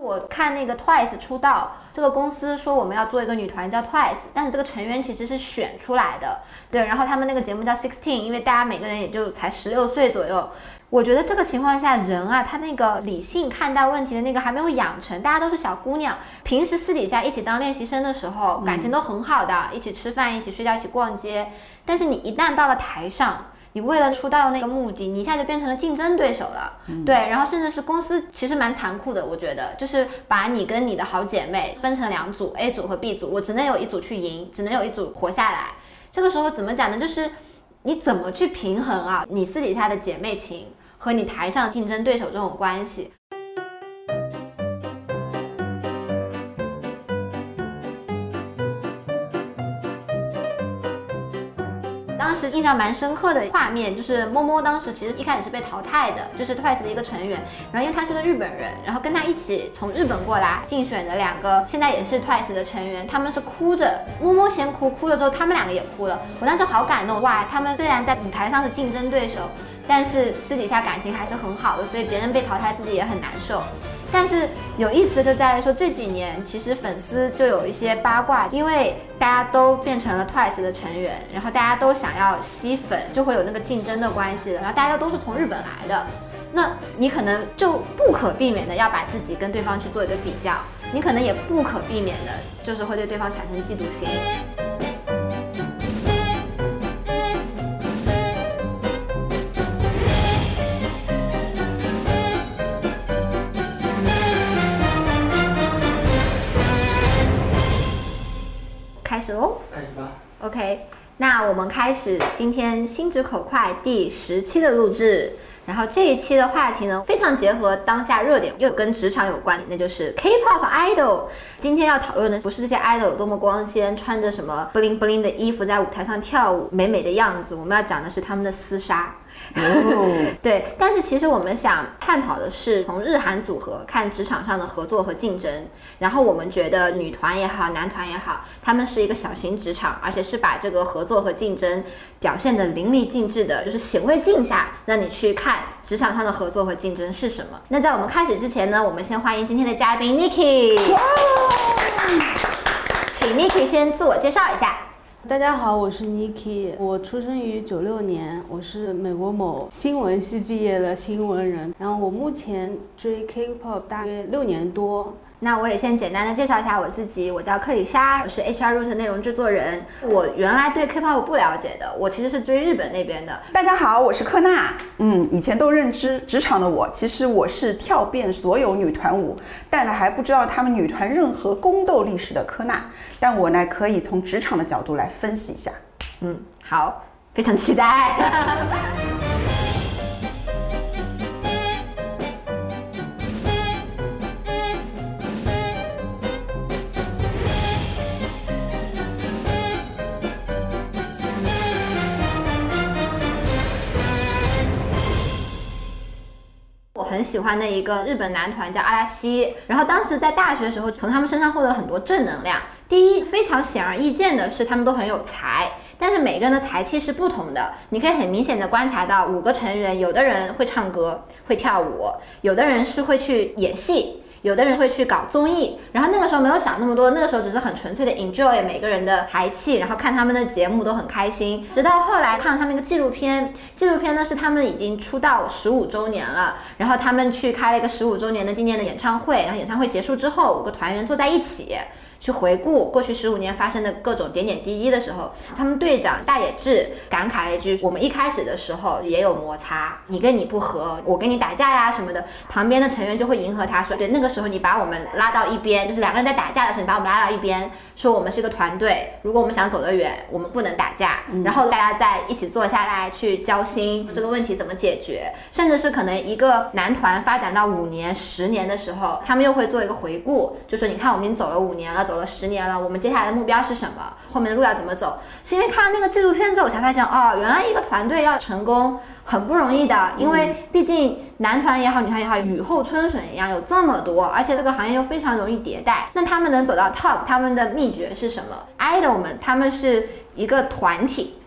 我看那个 Twice 出道，这个公司说我们要做一个女团叫 Twice， 但是这个成员其实是选出来的，对，然后他们那个节目叫 16， 因为大家每个人也就才16岁左右。我觉得这个情况下，人啊，他那个理性看待问题的那个还没有养成，大家都是小姑娘，平时私底下一起当练习生的时候，感情都很好的，一起吃饭，一起睡觉，一起逛街。但是你一旦到了台上，你为了出道的那个目的，你一下就变成了竞争对手了，对，然后甚至是公司其实蛮残酷的，我觉得就是把你跟你的好姐妹分成2组 ，A 组和 B 组，我只能有一组去赢，只能有一组活下来。这个时候怎么讲呢？就是你怎么去平衡啊，你私底下的姐妹情和你台上竞争对手这种关系。当时印象蛮深刻的画面就是摸摸当时其实一开始是被淘汰的，就是 Twice 的一个成员，然后因为他是个日本人，然后跟他一起从日本过来竞选的2个现在也是 Twice 的成员，他们是哭着，摸摸先哭，哭了之后他们2个也哭了，我当时好感动哇！他们虽然在舞台上是竞争对手，但是私底下感情还是很好的，所以别人被淘汰自己也很难受。但是有意思的就在于说这几年其实粉丝就有一些八卦，因为大家都变成了 Twice 的成员，然后大家都想要吸粉，就会有那个竞争的关系了，然后大家都是从日本来的，那你可能就不可避免的要把自己跟对方去做一个比较，你可能也不可避免的就是会对对方产生嫉妒心。开始喽， 开始吧。 OK， 那我们开始今天心直口快第10期的录制。然后这一期的话题呢，非常结合当下热点，又跟职场有关，那就是 K-pop idol。今天要讨论的不是这些 idol 有多么光鲜，穿着什么 bling bling 的衣服在舞台上跳舞，美美的样子，我们要讲的是他们的厮杀。对，但是其实我们想探讨的是从日韩组合看职场上的合作和竞争，然后我们觉得女团也好，男团也好，他们是一个小型职场，而且是把这个合作和竞争表现得淋漓尽致的，就是显微镜下让你去看职场上的合作和竞争是什么。那在我们开始之前呢，我们先欢迎今天的嘉宾 Niki， 请 Niki 先自我介绍一下。 大家好，我是 Niki， 我出生于96年，我是美国某新闻系毕业的新闻人，然后我目前追 K-pop 大约6年多。 那我也先简单的介绍一下我自己，我叫克里莎，我是 HR Root 内容制作人。我原来对 K-pop 不了解的，我其实是追日本那边的。 大家好，我是科娜。以前都认知职场的我，其实我是跳遍所有女团舞，但还不知道她们女团任何宫斗历史的科娜。但我呢，可以从职场的角度来分析一下。 好，非常期待。我很喜欢的一个日本男团叫阿拉西，然后当时在大学的时候从他们身上获得了很多正能量。第一，非常显而易见的是他们都很有才，但是每个人的才气是不同的，你可以很明显的观察到5个成员，有的人会唱歌会跳舞，有的人是会去演戏，有的人会去搞综艺，然后那个时候没有想那么多，那个时候只是很纯粹的 enjoy 每个人的才气，然后看他们的节目都很开心。直到后来看了他们一个纪录片，纪录片呢是他们已经出道15周年了，然后他们去开了一个15周年的纪念的演唱会，然后演唱会结束之后，5个团员坐在一起去回顾过去15年发生的各种点点滴滴的时候，他们队长大野智感慨了一句：我们一开始的时候也有摩擦，你跟你不和，我跟你打架呀什么的，旁边的成员就会迎合他说，对，那个时候你把我们拉到一边，就是2个人在打架的时候你把我们拉到一边，说我们是个团队，如果我们想走得远，我们不能打架，然后大家再一起坐下来去交心，这个问题怎么解决，甚至是可能一个男团发展到5年10年的时候，他们又会做一个回顾，就说你看我们已经走了5年了，走了10年了，我们接下来的目标是什么，后面的路要怎么走。是因为看了那个纪录片之后我才发现，原来一个团队要成功很不容易的，因为毕竟男团也好，女团也好，雨后春笋一样有这么多，而且这个行业又非常容易迭代。那他们能走到 top， 他们的秘诀是什么？ idol 们他们是一个团体，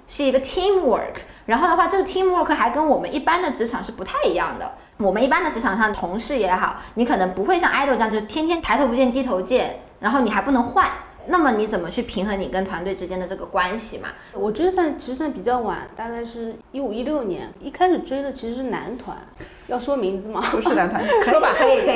是一个 teamwork， 然后的话这个 teamwork 还跟我们一般的职场是不太一样的。我们一般的职场上同事也好，你可能不会像 idol 这样就是天天抬头不见低头见，然后你还不能换，那么你怎么去平衡你跟团队之间的这个关系嘛？ 我追其实算比较晚，大概是15、16年，一开始追的其实是男团，要说名字吗？ 不是男团，说吧。 可以。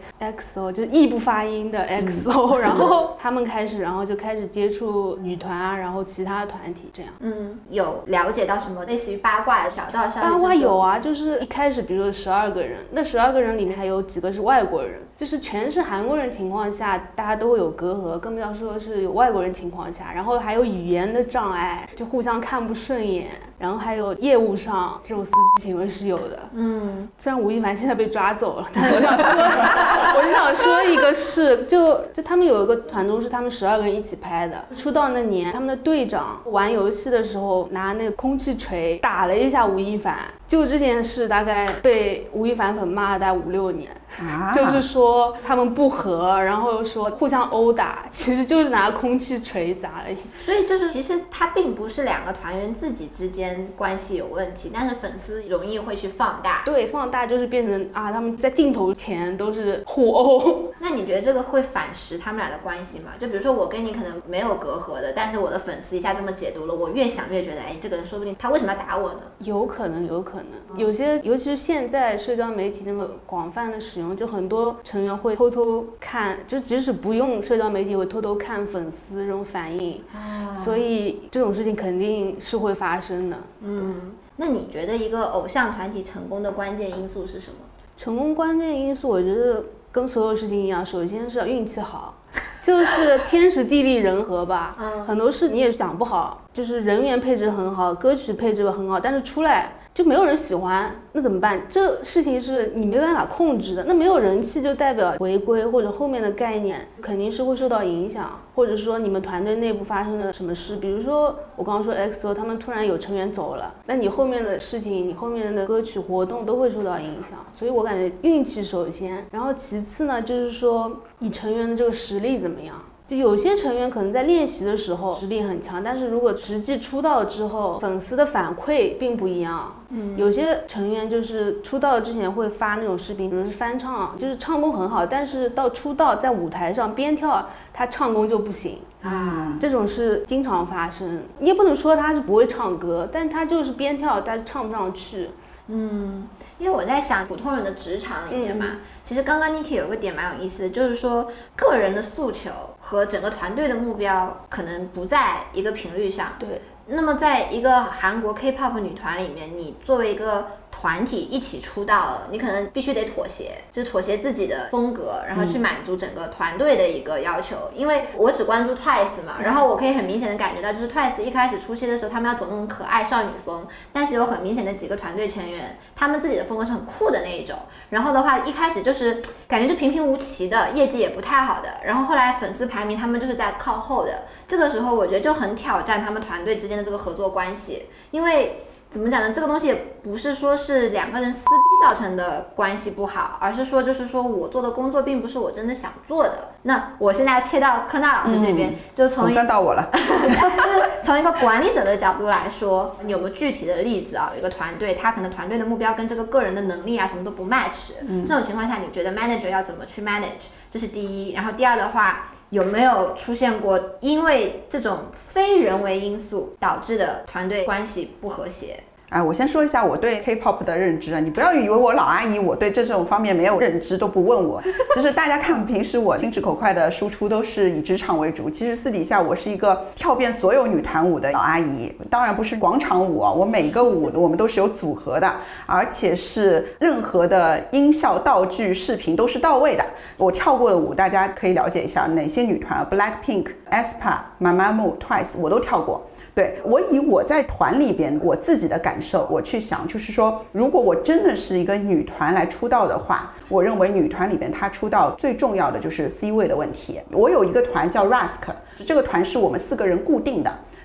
EXO 就是 E 不发音的 EXO，然后他们开始，然后就开始接触女团啊，然后其他团体这样。 有了解到什么类似于八卦的小道消息？ 八卦有啊，就是一开始比如说12个人，那12个人里面还有几个是外国人，就是全是韩国人情况下，大家都会有隔阂，更不要说是有外国人情况下，然后还有语言的障碍，就互相看不顺眼，然后还有业务上这种撕逼行为是有的。虽然吴亦凡现在被抓走了，但是我就想说一个事，就他们有一个团综是他们12个人一起拍的，出道那年他们的队长玩游戏的时候拿那个空气锤打了一下吴亦凡，就这件事大概被吴亦凡粉骂了大概5、6年。就是说他们不和，然后说互相殴打，其实就是拿空气锤砸了一下。 所以就是其实他并不是两个团员自己之间关系有问题，但是粉丝容易会去放大。 对，放大就是变成他们在镜头前都是互殴。 那你觉得这个会反噬他们俩的关系吗？就比如说我跟你可能没有隔阂的，但是我的粉丝一下这么解读了，我越想越觉得，这个人说不定他为什么要打我呢？ 有可能。有些尤其是现在社交媒体那么广泛的使用，就很多成员会偷偷看，就即使不用社交媒体，会偷偷看粉丝这种反应，所以这种事情肯定是会发生的。 那你觉得一个偶像团体成功的关键因素是什么？ 成功关键因素，我觉得跟所有事情一样，首先是要运气好，就是天时地利人和吧。很多事你也讲不好，就是人员配置很好，歌曲配置很好，但是出来就没有人喜欢，那怎么办？这事情是你没办法控制的。那没有人气就代表回归或者后面的概念肯定是会受到影响，或者说你们团队内部发生了什么事，比如说我刚刚说 EXO 他们突然有成员走了，那你后面的事情，你后面的歌曲活动都会受到影响。所以我感觉运气首先，然后其次呢，就是说你成员的这个实力怎么样。就有些成员可能在练习的时候实力很强，但是如果实际出道之后，粉丝的反馈并不一样。有些成员就是出道之前会发那种视频，比如是翻唱，就是唱功很好，但是到出道在舞台上边跳，他唱功就不行。这种是经常发生。你也不能说他是不会唱歌，但他就是边跳，但是唱不上去。 因为我在想普通人的职场里面嘛，其实刚刚 Niki 有个点蛮有意思的，就是说个人的诉求和整个团队的目标可能不在一个频率上。 对。 那么在一个韩国 K-pop 女团里面，你作为一个团体一起出道了，你可能必须得妥协，就是妥协自己的风格，然后去满足整个团队的一个要求。因为我只关注 TWICE 嘛，然后我可以很明显的感觉到，就是 TWICE 一开始出现的时候，他们要走那种可爱少女风，但是有很明显的几个团队成员，他们自己的风格是很酷的那一种。然后的话，一开始就是感觉就平平无奇的，业绩也不太好的。然后后来粉丝排名他们就是在靠后的，这个时候我觉得就很挑战他们团队之间的这个合作关系，因为怎么讲呢？这个东西也不是说是两个人撕逼造成的关系不好，而是说就是说我做的工作并不是我真的想做的。那我现在切到科纳老师这边，就从算到我了， 就是从一个管理者的角度来说，你有没有具体的例子啊？有一个团队，他可能团队的目标跟这个个人的能力啊什么都不 match，这种情况下，你觉得 manager 要怎么去 manage？这是第一。然后第二的话，有没有出现过因为这种非人为因素导致的团队关系不和谐？ 我先说一下我对 K-pop 的认知啊，你不要以为我老阿姨，我对这种方面没有认知都不问我。其实大家看平时我心直口快的输出都是以职场为主，其实私底下我是一个跳遍所有女团舞的老阿姨，当然不是广场舞啊，我每一个舞我们都是有组合的，而且是任何的音效、道具、视频都是到位的。我跳过的舞大家可以了解一下，哪些女团 Blackpink、aespa、Mamamoo、TWICE 我都跳过。对，我以我在团里边我自己的感受，我去想，就是说，如果我真的是一个女团来出道的话，我认为女团里边她出道最重要的就是 C 位的问题。我有一个团叫 Rusk， 这个团是我们4个人固定的。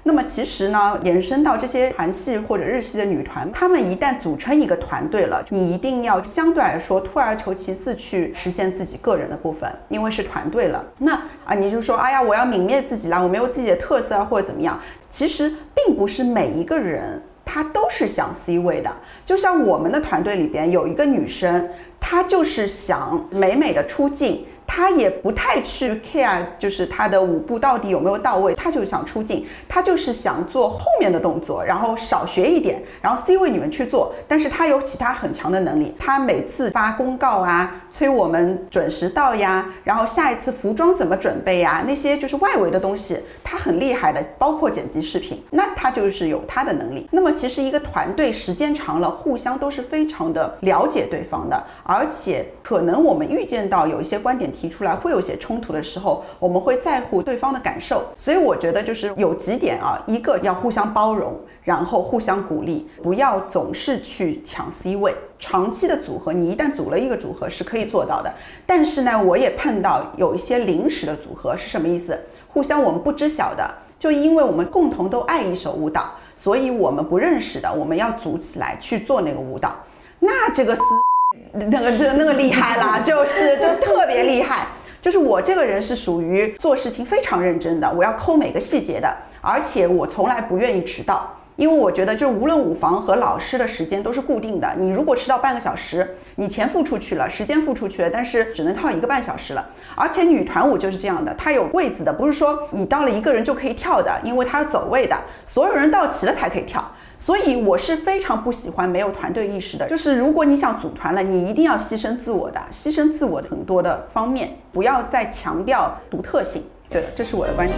那么其实呢，延伸到这些韩系或者日系的女团，她们一旦组成一个团队了，你一定要相对来说退而求其次去实现自己个人的部分，因为是团队了。那你就说，哎呀，我要泯灭自己啦，我没有自己的特色啊，或者怎么样？其实并不是每一个人她都是想 C 位的。就像我们的团队里边有一个女生，她就是想美美的出镜。他也不太去 care， 就是他的舞步到底有没有到位，他就想出镜，他就是想做后面的动作，然后少学一点，然后 C 位你们去做，但是他有其他很强的能力，他每次发公告啊，催我们准时到呀，然后下一次服装怎么准备呀，那些就是外围的东西，他很厉害的，包括剪辑视频，那他就是有他的能力。那么其实一个团队时间长了，互相都是非常的了解对方的，而且可能我们预见到有一些观点提出来会有些冲突的时候，我们会在乎对方的感受。所以我觉得就是有几点啊，一个要互相包容，然后互相鼓励，不要总是去抢 C 位。长期的组合，你一旦组了一个组合是可以做到的。但是呢，我也碰到有一些临时的组合，是什么意思？互相我们不知晓的，就因为我们共同都爱一首舞蹈，所以我们不认识的，我们要组起来去做那个舞蹈。那这个那个厉害啦，就特别厉害。就是我这个人是属于做事情非常认真的，我要抠每个细节的，而且我从来不愿意迟到，因为我觉得就无论舞房和老师的时间都是固定的，你如果迟到半个小时，你钱付出去了，时间付出去了，但是只能跳1个半小时了。而且女团舞就是这样的，它有位子的，不是说你到了一个人就可以跳的，因为它有走位的，所有人到齐了才可以跳。所以我是非常不喜欢没有团队意识的，就是如果你想组团了，你一定要牺牲自我的，牺牲自我的很多的方面，不要再强调独特性。对的，这是我的观点。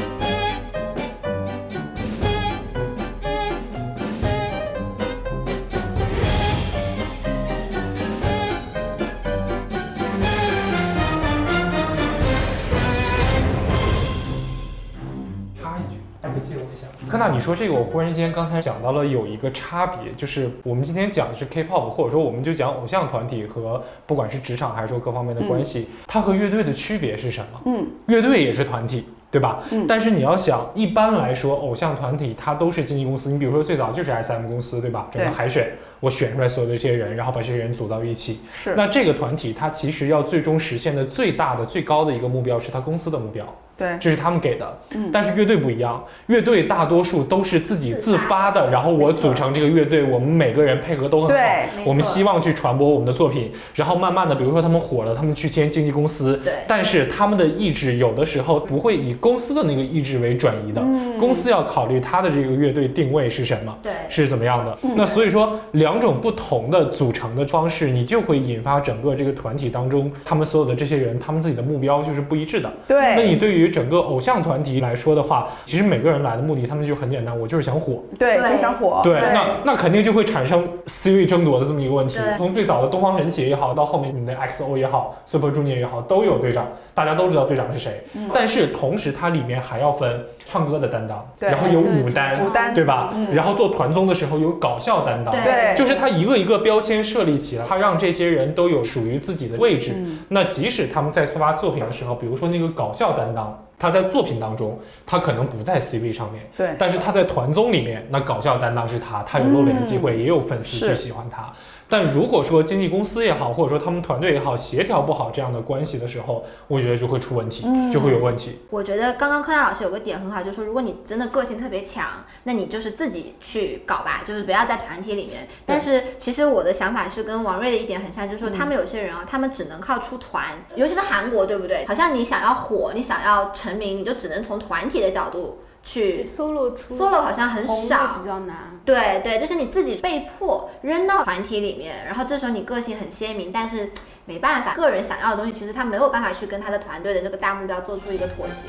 科娜，你说这个，我忽然间刚才想到了有一个差别，就是我们今天讲的是 K-pop， 或者说我们就讲偶像团体和不管是职场还是说各方面的关系，它和乐队的区别是什么？乐队也是团体，对吧？但是你要想，一般来说，偶像团体它都是经纪公司，你比如说最早就是 SM 公司，对吧？整个海选，我选出来所有的这些人，然后把这些人组到一起。是。那这个团体它其实要最终实现的最大的、最高的一个目标是它公司的目标。对，这是他们给的。但是乐队不一样，乐队大多数都是自己自发的，然后我组成这个乐队，我们每个人配合都很好，我们希望去传播我们的作品，然后慢慢的，比如说他们火了，他们去签经纪公司，但是他们的意志有的时候不会以公司的那个意志为转移的，公司要考虑他的这个乐队定位是什么，是怎么样的。那所以说两种不同的组成的方式，你就会引发整个这个团体当中，他们所有的这些人，他们自己的目标就是不一致的。对，那你对于整个偶像团体来说的话，其实每个人来的目的，他们就很简单，我就是想火。对，就想火。对，那肯定就会产生 C 位争夺的这么一个问题。从最早的东方神起也好，到后面你的 XO 也好 ，Super Junior 也好，都有队长，大家都知道队长是谁。但是同时它里面还要分唱歌的担当，然后有舞担，对吧？然后做团综的时候有搞笑担当，对，就是它一个一个标签设立起来，它让这些人都有属于自己的位置。那即使他们在发作品的时候，比如说那个搞笑担当，他在作品当中，他可能不在 C 位上面，对，但是他在团综里面，那搞笑担当是他有露脸的机会，也有粉丝去喜欢他。但如果说经纪公司也好，或者说他们团队也好，协调不好这样的关系的时候，我觉得就会出问题，就会有问题。 我觉得刚刚柯娜老师有个点很好，就是说如果你真的个性特别强，那你就是自己去搞吧，就是不要在团体里面。但是其实我的想法是跟王瑞的一点很像，就是说他们有些人啊，他们只能靠出团，尤其是韩国，对不对？好像你想要火，你想要成名，你就只能从团体的角度去 solo 好像很少， 比较难。 对，就是你自己被迫扔到团体里面，然后这时候你个性很鲜明，但是没办法，个人想要的东西，其实他没有办法去跟他的团队的这个大目标做出一个妥协。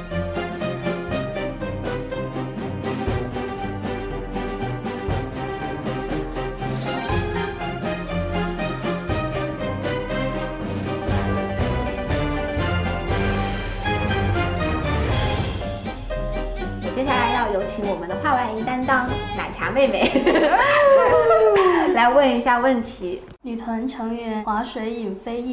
接下来要有请我们的画外音担当奶茶妹妹来问一下问题。 女团成员华水影非议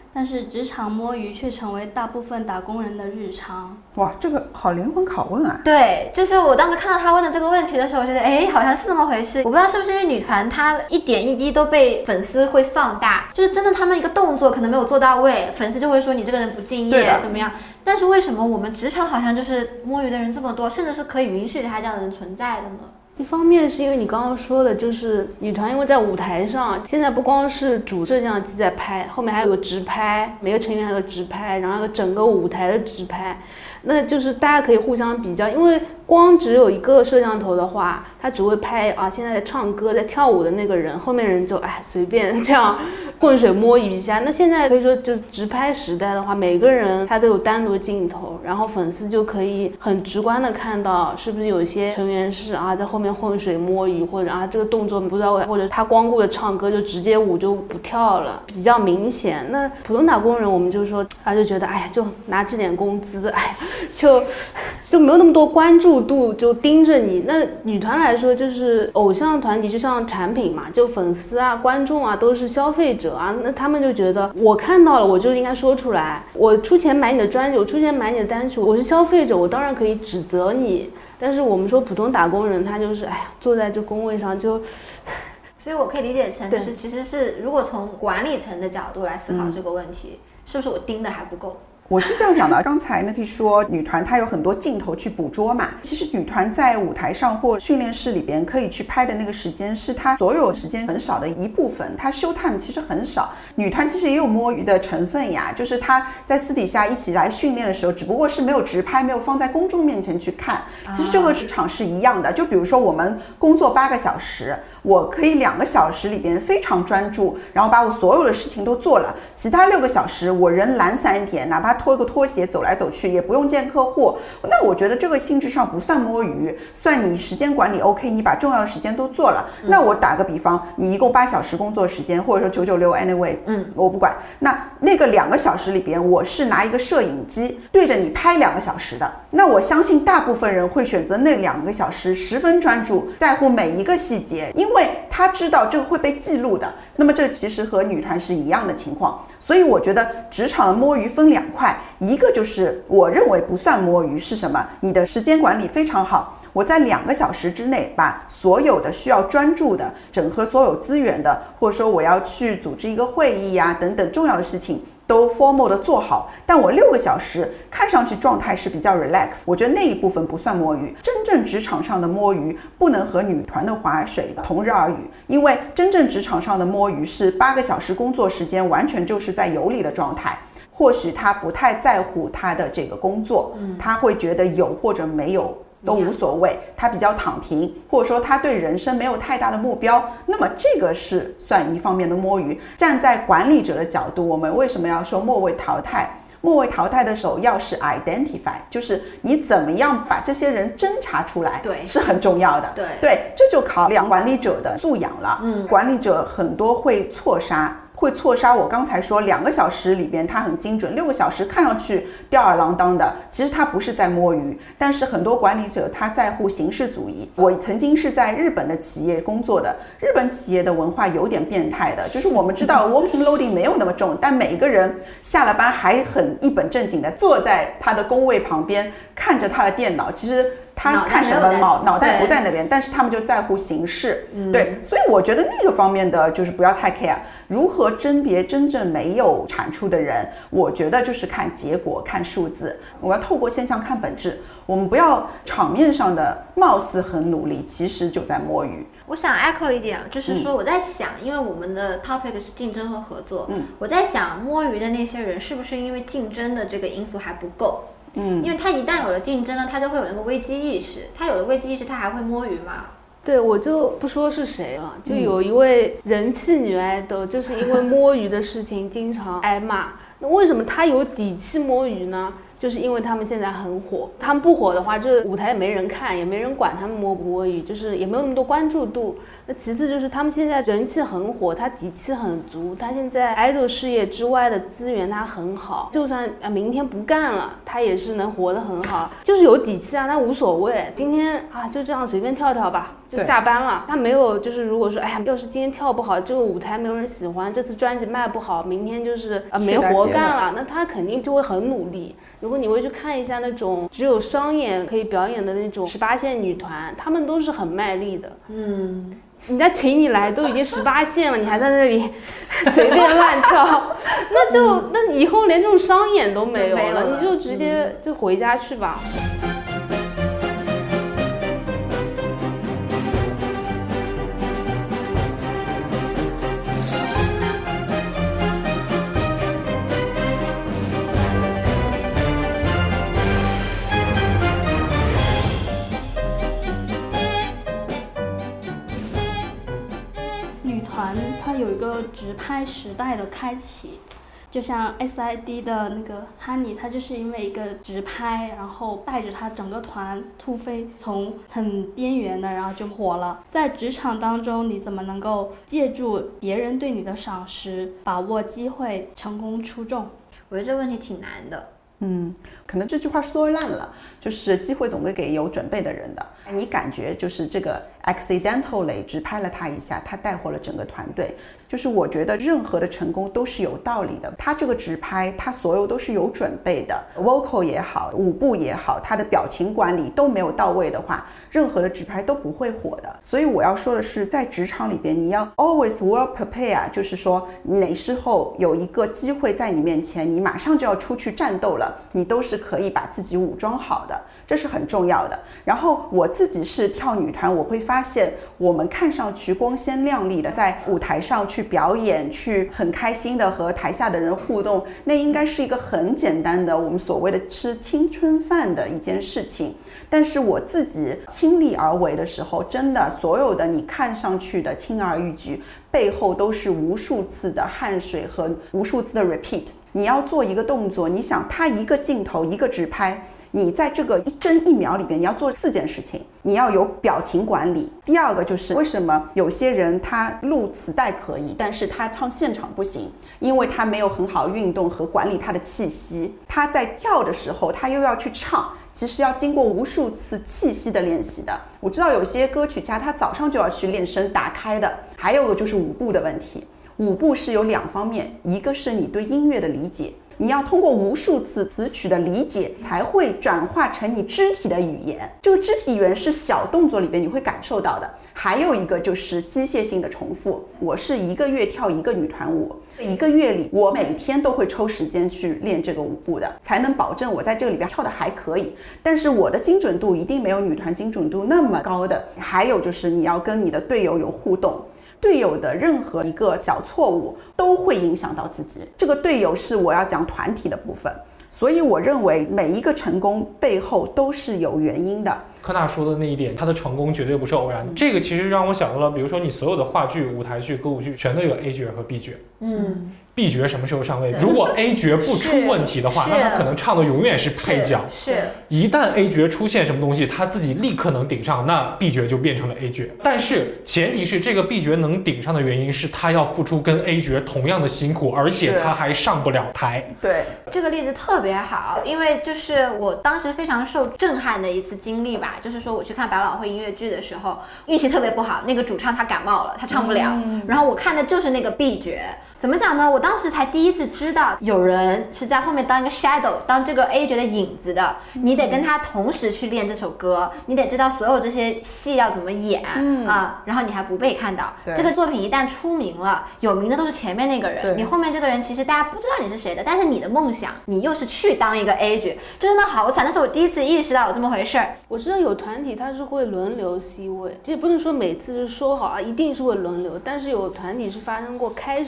但是职场摸鱼却成为大部分打工人的日常。 哇，这个好灵魂拷问啊！ 对，就是我当时看到他问的这个问题的时候，我觉得好像是那么回事。我不知道是不是因为女团她一点一滴都被粉丝会放大，就是真的他们一个动作可能没有做到位，粉丝就会说你这个人不敬业怎么样。但是为什么我们职场好像就是摸鱼的人这么多，甚至是可以允许他这样的人存在的呢？ 一方面是因为你刚刚说的，就是女团因为在舞台上，现在不光是主摄像机在拍，后面还有个直拍，每个成员还有个直拍，然后还有整个舞台的直拍，那就是大家可以互相比较，因为光只有一个摄像头的话，他只会拍现在在唱歌在跳舞的那个人，后面人就随便这样浑水摸鱼一下。那现在可以说就直拍时代的话，每个人他都有单独的镜头，然后粉丝就可以很直观的看到是不是有些成员是在后面浑水摸鱼，或者这个动作不到位，或者他光顾着唱歌就直接舞就不跳了，比较明显。那普通打工人我们就说就觉得就拿这点工资就没有那么多关注度就盯着你。那女团来说就是偶像团体就像产品嘛，就粉丝观众都是消费者那他们就觉得我看到了我就应该说出来，我出钱买你的专辑，我出钱买你的单曲，我是消费者，我当然可以指责你。但是我们说普通打工人他就是坐在这工位上就所以我可以理解成就是其实是如果从管理层的角度来思考这个问题，是不是我盯的还不够？ 我是这样想的，刚才呢可以说女团它有很多镜头去捕捉嘛，其实女团在舞台上或训练室里边可以去拍的那个时间是她所有时间很少的一部分，她 show time 其实很少。女团其实也有摸鱼的成分呀，就是她在私底下一起来训练的时候，只不过是没有直拍，没有放在公众面前去看。其实这个职场是一样的，就比如说我们工作8个小时，我可以2个小时里边非常专注，然后把我所有的事情都做了，其他6个小时我人懒散一点，哪怕拖个拖鞋走来走去，也不用见客户，那我觉得这个性质上不算摸鱼，算你时间管理 OK， 你把重要的时间都做了。那我打个比方，你一共8小时工作时间，或者说996 anyway，我不管。那个2个小时里边，我是拿一个摄影机对着你拍2个小时的，那我相信大部分人会选择那2个小时十分专注，在乎每一个细节，因为他知道这个会被记录的。那么这其实和女团是一样的情况。所以我觉得职场的摸鱼分2块，一个就是我认为不算摸鱼是什么？你的时间管理非常好，我在2个小时之内把所有的需要专注的、整合所有资源的，或者说我要去组织一个会议等等重要的事情都 formal 的做好，但我6个小时看上去状态是比较 relax， 我觉得那一部分不算摸鱼。真正职场上的摸鱼不能和女团的划水同日而语，因为真正职场上的摸鱼是8个小时工作时间完全就是在游离的状态，或许他不太在乎他的这个工作，他会觉得有或者没有都无所谓，他比较躺平，或者说他对人生没有太大的目标，那么这个是算一方面的摸鱼。站在管理者的角度，我们为什么要说末位淘汰？末位淘汰的首要是 identify， 就是你怎么样把这些人侦查出来， 对， 是很重要的。对，这就考量管理者的素养了。管理者很多会错杀。我刚才说2个小时里边它很精准，6个小时看上去吊儿郎当的，其实它不是在摸鱼。但是很多管理者他在乎形式主义。我曾经是在日本的企业工作的，日本企业的文化有点变态的，就是我们知道 working loading 没有那么重，但每一个人下了班还很一本正经的坐在他的工位旁边，看着他的电脑，其实他看什么脑袋不在那边，但是他们就在乎形式。对，所以我觉得那个方面的就是不要太 care。如何甄别真正没有产出的人，我觉得就是看结果，看数字。我要透过现象看本质，我们不要场面上的貌似很努力，其实就在摸鱼。 我想 echo 一点，就是说我在想，因为我们的 topic 是竞争和合作，我在想摸鱼的那些人是不是因为竞争的这个因素还不够？因为他一旦有了竞争呢，他就会有那个危机意识，他有了危机意识，他还会摸鱼吗？ 对，我就不说是谁了，就有一位人气女爱豆，就是因为摸鱼的事情经常挨骂。那为什么她有底气摸鱼呢？ 就是因为他们现在很火，他们不火的话，就是舞台也没人看，也没人管他们摸不摸鱼，就是也没有那么多关注度。那其次就是他们现在人气很火，他底气很足，他现在 idol 事业之外的资源他很好，就算明天不干了，他也是能活得很好，就是有底气啊，他无所谓，今天啊就这样随便跳跳吧，就下班了。他没有就是如果说哎呀，要是今天跳不好，这个舞台没有人喜欢，这次专辑卖不好，明天就是没活干了，那他肯定就会很努力。如果你会去看一下那种只有商演可以表演的那种18线女团，她们都是很卖力的。人家请你来都已经18线了，你还在那里随便乱跳，那以后连这种商演都没有了，你就直接就回家去吧。 它有一个直拍时代的开启，就像 SID 的那个 Honey， 他就是因为一个直拍，然后带着他整个团突飞，从很边缘的，然后就火了。在职场当中，你怎么能够借助别人对你的赏识，把握机会，成功出众？ 我觉得这个问题挺难的。 可能这句话说烂了，就是机会总会给有准备的人的。你感觉就是这个 accidentally 直拍了他一下，他带火了整个团队。就是我觉得任何的成功都是有道理的，他这个直拍，他所有都是有准备的 ，vocal 也好，舞步也好，他的表情管理都没有到位的话，任何的直拍都不会火的。所以我要说的是，在职场里边，你要 always well prepare， 就是说哪时候有一个机会在你面前，你马上就要出去战斗了，你都是可以把自己武装好的，这是很重要的。然后我自己是跳女团，我会发现我们看上去光鲜亮丽的，在舞台上去表演，去很开心的和台下的人互动，那应该是一个很简单的我们所谓的吃青春饭的一件事情。但是我自己亲力而为的时候，真的所有的你看上去的轻而易举，背后都是无数次的汗水和无数次的 repeat。你要做一个动作，你想它一个镜头一个直拍，你在这个一帧一秒里边，你要做4件事情。你要有表情管理。第二个就是为什么有些人他录磁带可以，但是他唱现场不行，因为他没有很好运动和管理他的气息。他在跳的时候，他又要去唱，其实要经过无数次气息的练习的。我知道有些歌曲家他早上就要去练声打开的。还有个就是舞步的问题。舞步是有2方面，一个是你对音乐的理解，你要通过无数次词曲的理解，才会转化成你肢体的语言。这个肢体语言是小动作里边你会感受到的。还有一个就是机械性的重复。我是1个月跳1个女团舞，1个月里我每天都会抽时间去练这个舞步的，才能保证我在这个里边跳的还可以。但是我的精准度一定没有女团精准度那么高的。还有就是你要跟你的队友有互动。队友的任何一个小错误都会影响到自己，这个队友是我要讲团体的部分。所以我认为每一个成功背后都是有原因的。 科纳说的那一点，他的成功绝对不是偶然。这个其实让我想到了，比如说你所有的话剧、舞台剧、歌舞剧全都有 A 角和 B 角。B 角什么时候上位？如果 A 角不出问题的话，那他可能唱的永远是配角。一旦 A 角出现什么东西，他自己立刻能顶上，那 B 角就变成了 A 角。但是前提是这个 B 角能顶上的原因是他要付出跟 A 角同样的辛苦，而且他还上不了台。 对， 这个例子特别好，因为就是我当时非常受震撼的一次经历吧，就是说我去看百老汇音乐剧的时候，运气特别不好，那个主唱他感冒了，他唱不了，然后我看的就是那个 B 角。怎么讲呢？我当时才第一次知道有人是在后面当一个 shadow， 当这个 A 角的影子的。你得跟他同时去练这首歌，你得知道所有这些戏要怎么演然后你还不被看到。这个作品一旦出名了，有名的都是前面那个人，你后面这个人其实大家不知道你是谁的，但是你的梦想，你又是去当一个 A 角，真的好惨。那是我第一次意识到有这么回事儿。 我知道有团体它是会轮流 C 位，这也不能说每次是说好啊，一定是会轮流，但是有团体是发生过，开始是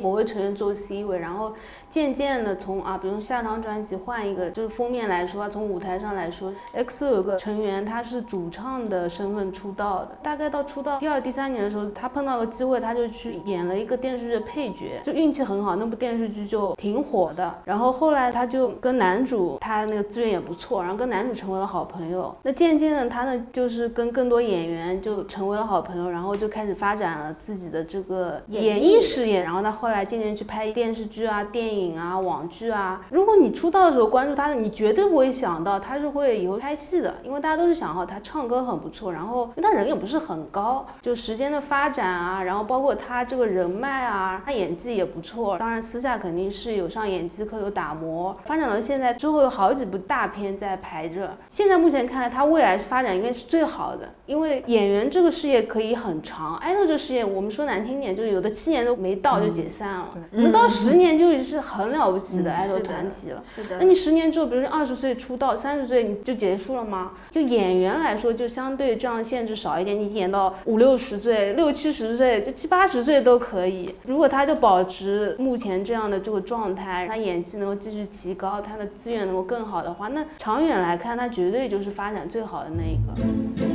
某位成员做 C 位，然后渐渐的从比如下张专辑换一个，就是封面来说，从舞台上来说 ，EXO 有个成员他是主唱的身份出道的，大概到出道第2、第3年的时候，他碰到个机会，他就去演了一个电视剧的配角，就运气很好，那部电视剧就挺火的。然后后来他就跟男主，他那个资源也不错，然后跟男主成为了好朋友。那渐渐的他呢，就是跟更多演员就成为了好朋友，然后就开始发展了自己的这个演艺事业。然后他后来渐渐去拍电视剧啊、电影啊、网剧啊。如果你出道的时候关注他的，你绝对不会想到他是会以后拍戏的，因为大家都是想他唱歌很不错，然后因为他人也不是很高，就时间的发展啊，然后包括他这个人脉啊，他演技也不错，当然私下肯定是有上演技课，有打磨，发展到现在之后有好几部大片在排着。现在目前看来，他未来发展应该是最好的，因为演员这个事业可以很长，爱豆这个事业我们说难听点，就有的7年都没到就解散了，我们到10年就是很了不起的爱豆团体了。 是的。 那你10年之后，比如20岁出道，30岁你就结束了吗？就演员来说，就相对这样的限制少一点，你演到50、60岁、60、70岁，就70、80岁都可以。如果他就保持目前这样的这个状态，他演技能够继续提高，他的资源能够更好的话，那长远来看，他绝对就是发展最好的那一个。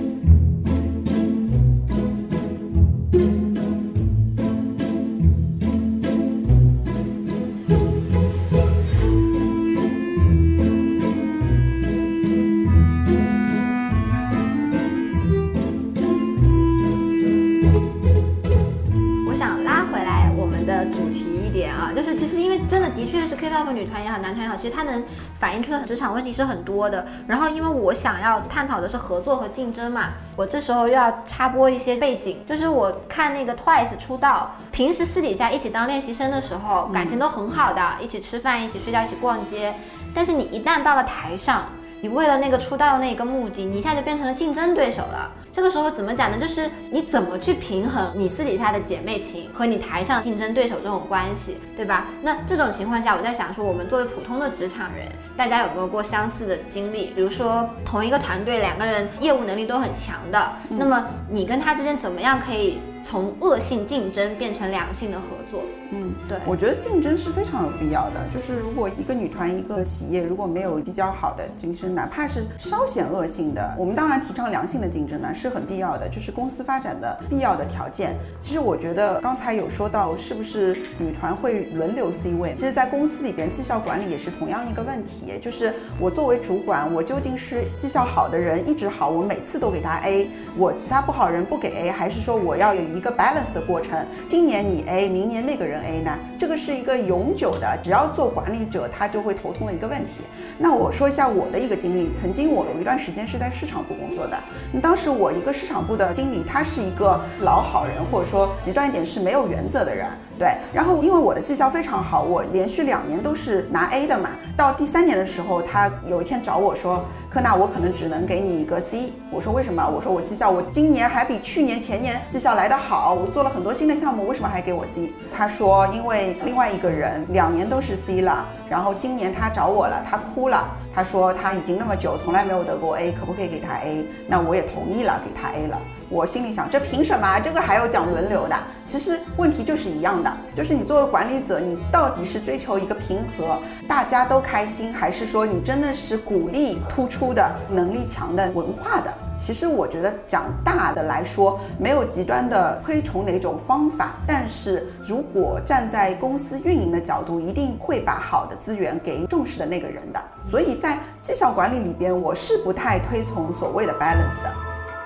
就是其实因为真的确是 K-pop 女团也好，男团也好，其实它能反映出的职场问题是很多的。然后因为我想要探讨的是合作和竞争嘛，我这时候又要插播一些背景，就是我看那个 TWICE 出道，平时私底下一起当练习生的时候，感情都很好的，一起吃饭，一起睡觉，一起逛街。但是你一旦到了台上，你为了那个出道的那个目的，你一下就变成了竞争对手了。这个时候怎么讲呢？就是你怎么去平衡你私底下的姐妹情和你台上竞争对手这种关系，对吧？那这种情况下，我在想说，我们作为普通的职场人，大家有没有过相似的经历？比如说同一个团队2个人业务能力都很强的，那么你跟他之间怎么样可以从恶性竞争变成良性的合作？对， 我觉得竞争是非常有必要的。就是如果一个女团、一个企业如果没有比较好的竞争，哪怕是稍显恶性的，我们当然提倡良性的竞争呢，是很必要的，就是公司发展的必要的条件。其实我觉得刚才有说到，是不是女团会轮流 C 位？其实，在公司里边，绩效管理也是同样一个问题，就是我作为主管，我究竟是绩效好的人一直好，我每次都给他 A， 我其他不好人不给 A， 还是说我要有一个 balance 的过程？今年你 A， 明年那个人 A 呢？这个是一个永久的，只要做管理者他就会头痛的一个问题。那我说一下我的一个经历，曾经我有一段时间是在市场部工作的，当时我一个市场部的经理，他是一个老好人，或者说极端一点是没有原则的人，对。然后因为我的绩效非常好，我连续2年都是拿 A 的嘛，到第3年的时候，他有一天找我说，科娜，我可能只能给你一个 C。我说为什么？我说我绩效，我今年还比去年前年绩效来得好，我做了很多新的项目，为什么还给我 C？ 他说因为另外一个人2年都是 C 了，然后今年他找我了，他哭了，他说他已经那么久从来没有得过 A， 可不可以给他 A？ 那我也同意了，给他 A 了。我心里想，这凭什么？这个还要讲轮流的？其实问题就是一样的，就是你作为管理者，你到底是追求一个平和，大家都开心，还是说你真的是鼓励突出的能力强的文化的？其实我觉得讲大的来说，没有极端的推崇哪种方法，但是如果站在公司运营的角度，一定会把好的资源给重视的那个人的。所以在绩效管理里边，我是不太推崇所谓的 balance 的。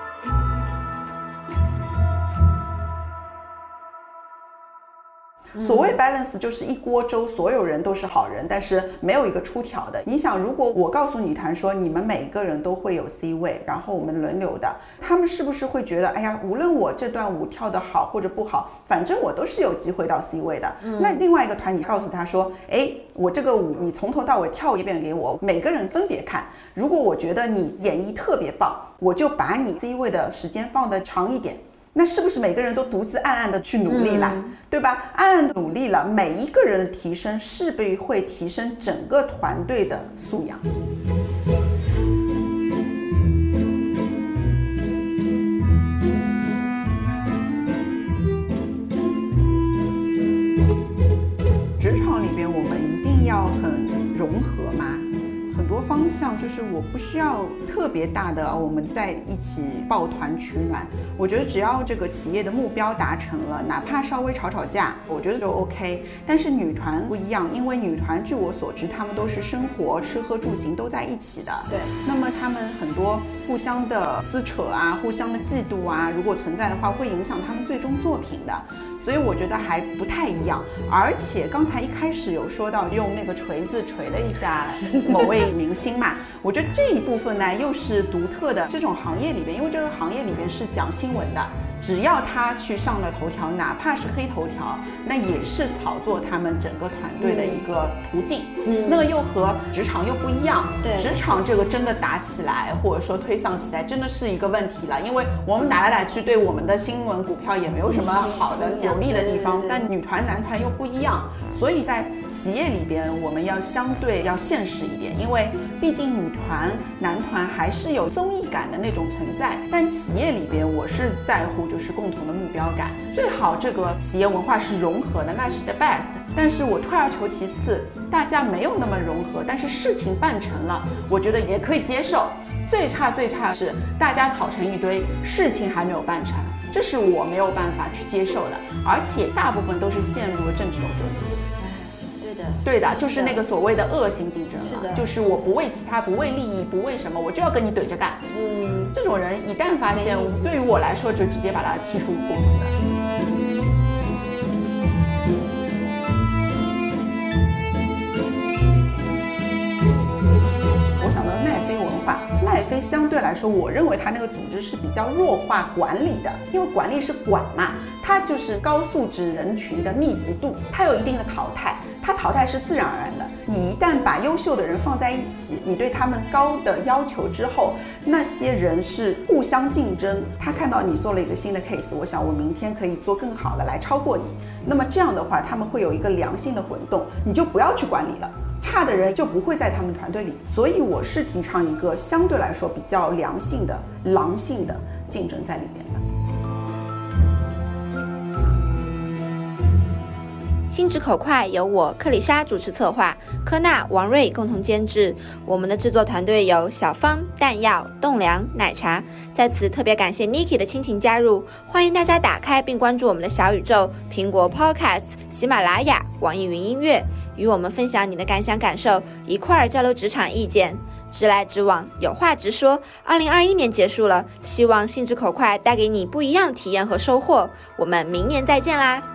所谓 balance 就是一锅粥，所有人都是好人，但是没有一个出挑的。你想，如果我告诉女团说你们每一个人都会有 C 位，然后我们轮流的，他们是不是会觉得，哎呀，无论我这段舞跳得好或者不好，反正我都是有机会到 C 位的。那另外一个团，你告诉他说，哎，我这个舞你从头到尾跳一遍给我，每个人分别看。如果我觉得你演绎特别棒，我就把你 C 位的时间放得长一点。那是不是每个人都独自暗暗的去努力了，对吧？暗暗努力了，每一个人的提升势必会提升整个团队的素养。 方向，就是我不需要特别大的我们在一起抱团取暖，我觉得只要这个企业的目标达成了，哪怕稍微吵吵架，我觉得就 OK。但是女团不一样，因为女团据我所知，她们都是生活、吃喝住行都在一起的。 对， 那么她们很多互相的撕扯啊，互相的嫉妒啊，如果存在的话，会影响她们最终作品的。所以我觉得还不太一样。而且刚才一开始有说到用那个锤子锤了一下某位明星嘛，我觉得这一部分呢又是独特的。这种行业里边，因为这个行业里边是讲新闻的，只要他去上了头条，哪怕是黑头条，那也是炒作他们整个团队的一个途径。那个又和职场又不一样。 对， 职场这个真的打起来，或者说推搡起来，真的是一个问题了。因为我们打来打去，对我们的新闻股票也没有什么好的有利的地方。但女团男团又不一样，所以在企业里边，我们要相对要现实一点，因为毕竟女团男团还是有综艺感的那种存在。但企业里边，我是在乎就是共同的目标感，最好这个企业文化是融合的，那是 the best。但是我退而求其次，大家没有那么融合，但是事情办成了，我觉得也可以接受。最差是大家吵成一堆，事情还没有办成，这是我没有办法去接受的。而且大部分都是陷入了政治斗争。对的，就是那个所谓的恶性竞争了，就是我不为其他，不为利益，不为什么，我就要跟你怼着干。这种人一旦发现，对于我来说就直接把他踢出公司的。我想到奈飞文化，奈飞相对来说，我认为它那个组织是比较弱化管理的，因为管理是管嘛，它就是高素质人群的密集度，它有一定的淘汰。它淘汰是自然而然的，你一旦把优秀的人放在一起，你对他们高的要求之后，那些人是互相竞争。他看到你做了一个新的 case， 我想我明天可以做更好的来超过你。那么这样的话，他们会有一个良性的滚动，你就不要去管理了，差的人就不会在他们团队里。所以我是提倡一个相对来说比较良性的、狼性的竞争在里面的。 心直口快由我克里莎主持策划，科娜、王瑞共同监制。我们的制作团队有小芳、弹药、栋梁、奶茶。在此特别感谢 Niki 的亲情加入，欢迎大家打开并关注我们的小宇宙、苹果 Podcast、喜马拉雅、网易云音乐，与我们分享你的感想感受，一块儿交流职场意见。直来直往，有话直说。2021年结束了，希望心直口快带给你不一样的体验和收获。我们明年再见啦！